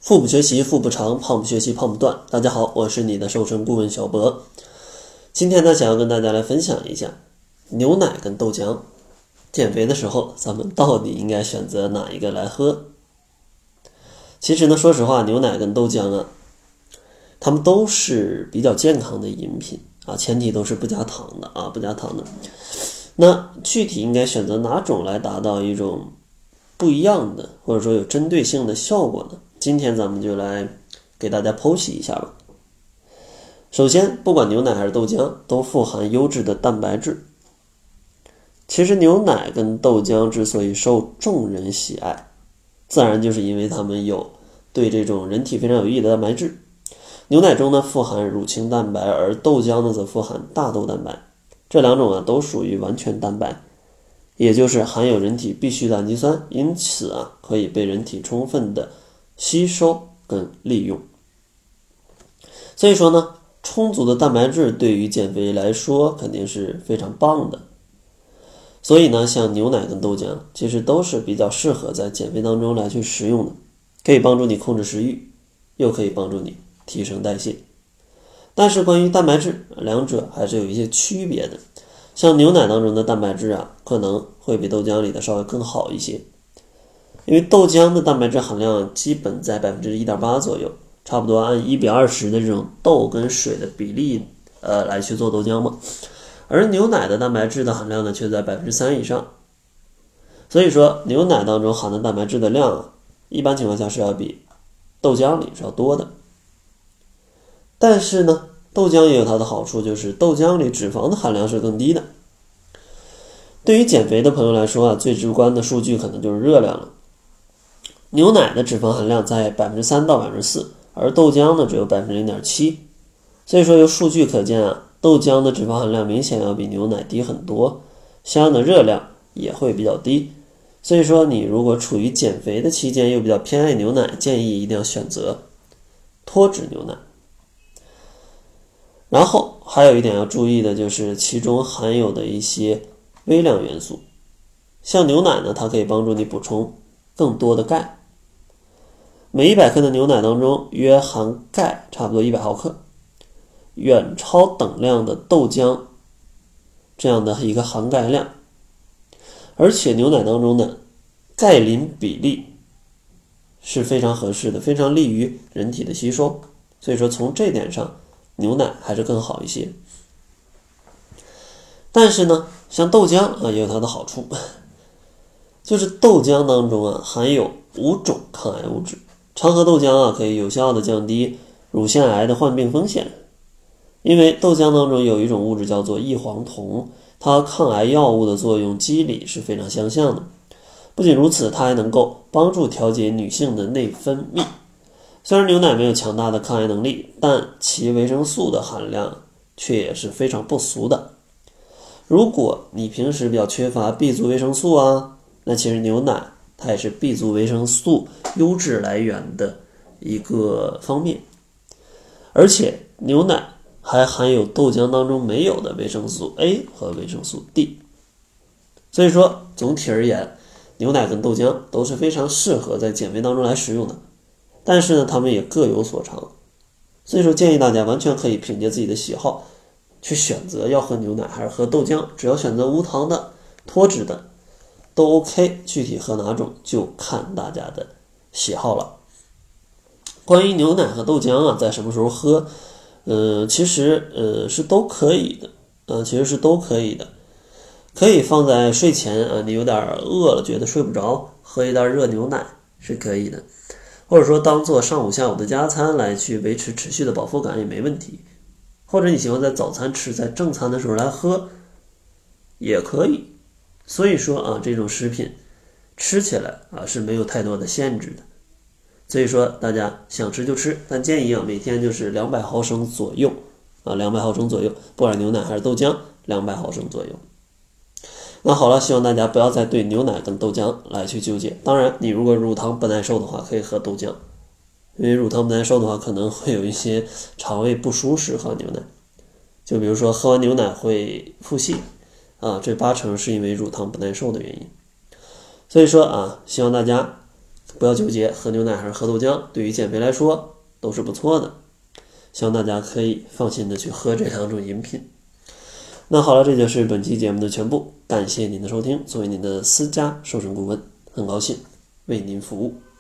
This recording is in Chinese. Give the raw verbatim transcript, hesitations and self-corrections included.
腹部学习腹部长，胖不学习胖不断。大家好，我是你的瘦身顾问小博。今天呢，想要跟大家来分享一下牛奶跟豆浆。减肥的时候，咱们到底应该选择哪一个来喝？其实呢，说实话，牛奶跟豆浆啊，它们都是比较健康的饮品啊，前提都是不加糖的啊，不加糖的。那具体应该选择哪种来达到一种不一样的，或者说有针对性的效果呢？今天咱们就来给大家剖析一下吧。首先，不管牛奶还是豆浆，都富含优质的蛋白质。其实牛奶跟豆浆之所以受众人喜爱，自然就是因为它们有对这种人体非常有益的蛋白质。牛奶中呢富含乳清蛋白，而豆浆呢则富含大豆蛋白。这两种啊都属于完全蛋白，也就是含有人体必需的氨基酸，因此啊可以被人体充分的吸收跟利用。所以说呢，充足的蛋白质对于减肥来说肯定是非常棒的。所以呢，像牛奶跟豆浆其实都是比较适合在减肥当中来去食用的，可以帮助你控制食欲，又可以帮助你提升代谢。但是关于蛋白质，两者还是有一些区别的。像牛奶当中的蛋白质啊，可能会比豆浆里的稍微更好一些。因为豆浆的蛋白质含量基本在 百分之一点八 左右，差不多按一比二十的这种豆跟水的比例呃来去做豆浆嘛。而牛奶的蛋白质的含量呢却在 百分之三 以上。所以说牛奶当中含的蛋白质的量啊，一般情况下是要比豆浆里是要多的。但是呢，豆浆也有它的好处，就是豆浆里脂肪的含量是更低的。对于减肥的朋友来说啊，最直观的数据可能就是热量了。牛奶的脂肪含量在 百分之三 到 百分之四， 而豆浆呢只有 百分之零点七。 所以说由数据可见啊，豆浆的脂肪含量明显要比牛奶低很多，相应的热量也会比较低。所以说你如果处于减肥的期间又比较偏爱牛奶，建议一定要选择脱脂牛奶。然后还有一点要注意的就是其中含有的一些微量元素。像牛奶呢，它可以帮助你补充更多的钙。每一百克的牛奶当中约含钙差不多一百毫克，远超等量的豆浆这样的一个含钙量。而且牛奶当中的钙磷比例是非常合适的，非常利于人体的吸收。所以说从这点上，牛奶还是更好一些。但是呢，像豆浆啊也有它的好处，就是豆浆当中啊含有五种抗癌物质。常喝豆浆啊可以有效的降低乳腺癌的患病风险。因为豆浆当中有一种物质叫做异黄酮，它和抗癌药物的作用机理是非常相像的。不仅如此，它还能够帮助调节女性的内分泌。虽然牛奶没有强大的抗癌能力，但其维生素的含量却也是非常不俗的。如果你平时比较缺乏 B 族维生素啊，那其实牛奶它也是 B 族维生素优质来源的一个方面。而且牛奶还含有豆浆当中没有的维生素 A 和维生素 D。 所以说总体而言，牛奶跟豆浆都是非常适合在减肥当中来食用的。但是呢，他们也各有所长，所以说建议大家完全可以凭借自己的喜好去选择要喝牛奶还是喝豆浆，只要选择无糖的、脱脂的都 OK， 具体喝哪种就看大家的喜好了。关于牛奶和豆浆啊，在什么时候喝，呃，其实呃是都可以的，呃，其实是都可以的。可以放在睡前啊，你有点饿了，觉得睡不着，喝一袋热牛奶是可以的。或者说当做上午下午的加餐来去维持持续的饱腹感也没问题。或者你喜欢在早餐吃，在正餐的时候来喝也可以。所以说啊，这种食品吃起来啊是没有太多的限制的。所以说大家想吃就吃，但建议啊每天就是两百毫升左右啊，两百毫升左右，不管牛奶还是豆浆，两百毫升左右。那好了，希望大家不要再对牛奶跟豆浆来去纠结。当然，你如果乳糖不耐受的话，可以喝豆浆。因为乳糖不耐受的话，可能会有一些肠胃不舒适喝牛奶。就比如说喝完牛奶会腹泻啊，这八成是因为乳糖不耐受的原因。所以说啊，希望大家不要纠结喝牛奶还是喝豆浆，对于减肥来说都是不错的。希望大家可以放心的去喝这两种饮品。那好了，这就是本期节目的全部，感谢您的收听。作为您的私家瘦身顾问，很高兴为您服务。